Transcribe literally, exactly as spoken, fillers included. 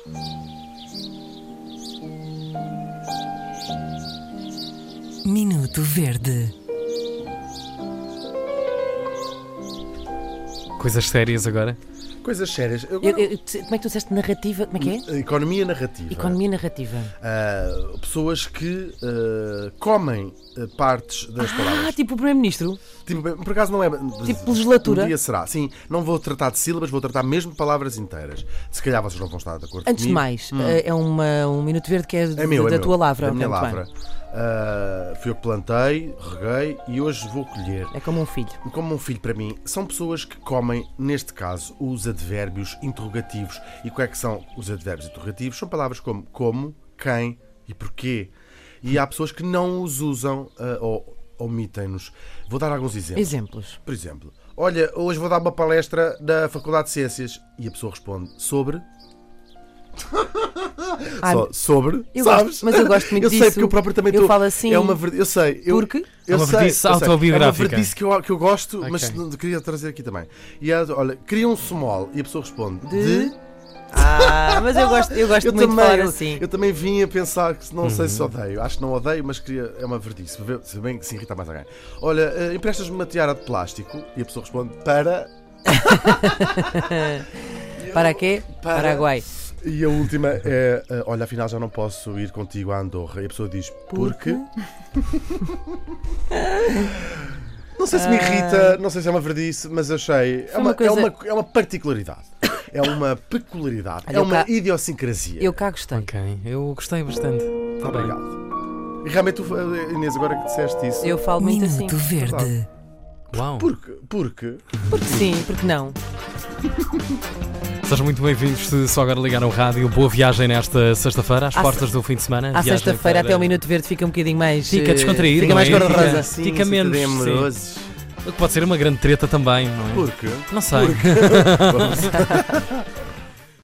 Minuto Verde. Coisas sérias agora? Coisas sérias. Eu, Eu, eu, como é que tu disseste narrativa? Como é que é? Economia narrativa. Economia narrativa. Uh, pessoas que uh, comem uh, partes das Ah, palavras. tipo o Primeiro-Ministro? Tipo, por acaso não é. Tipo legislatura? Um dia será. Sim, não vou tratar de sílabas, vou tratar mesmo de palavras inteiras. Se calhar vocês não vão estar de acordo Antes de comigo. mais, hum. é uma, um Minuto Verde que é, de, É meu, da é tua meu, lavra. Da minha Muito lavra. bem. Uh, fui eu que plantei, reguei e hoje vou colher. É como um filho. Como um filho para mim, são pessoas que comem, neste caso, os advérbios interrogativos. E quais é que são os advérbios interrogativos? São palavras como como, quem e porquê. E há pessoas que não os usam uh, ou omitem-nos. Vou dar alguns exemplos. Exemplos. Por exemplo, olha, hoje vou dar uma palestra da Faculdade de Ciências. E a pessoa responde sobre... Ah, Só sobre, eu sabes? gosto, mas eu gosto muito eu disso. sei, porque eu próprio também Eu tô, falo assim. É uma verdade, eu sei. Eu, Porque? Eu É uma sei, verdice eu sei. autobiográfica. É uma verdice que eu, que eu gosto, Okay. mas não- queria trazer aqui também. E é, olha, cria um small e a pessoa responde De? de. Ah, mas eu gosto, eu gosto Eu muito também, de falar eu, assim. eu também vim a pensar que não sei Uhum. se odeio. Acho que não odeio, mas queria. É uma verdice. Se bem que se irrita mais alguém. Olha, eh, emprestas-me uma tiara de plástico e a pessoa responde para. Para quê? Para- Paraguai. E a última é: eh, olha, afinal já não posso ir contigo a Andorra. E a pessoa diz: porque? Não sei se me irrita, não sei se é uma verdice, mas achei. É Foi uma, uma coisa- é uma, é uma particularidade. É uma peculiaridade. Olha, é eu uma cá- idiosincrasia. Eu cá gostei. Ok, eu gostei bastante. Tá bem. Obrigado. E realmente, tu, Inês, agora que disseste isso. Eu falo muito assim. Minuto Verde. Uau. Porque, porque Porque sim, porque não? Sejam muito bem-vindos se só agora ligaram o rádio. Boa viagem nesta sexta-feira, às À portas do fim de semana. À Viagem sexta-feira para- até o Minuto Verde fica um bocadinho mais. Fica eh, descontraído, Fica não mais é? cor-de-rosa. Sim, Fica sim, menos, bem sim. amorosos. O que pode ser uma grande treta também, não é? Porque? Não sei. Porque?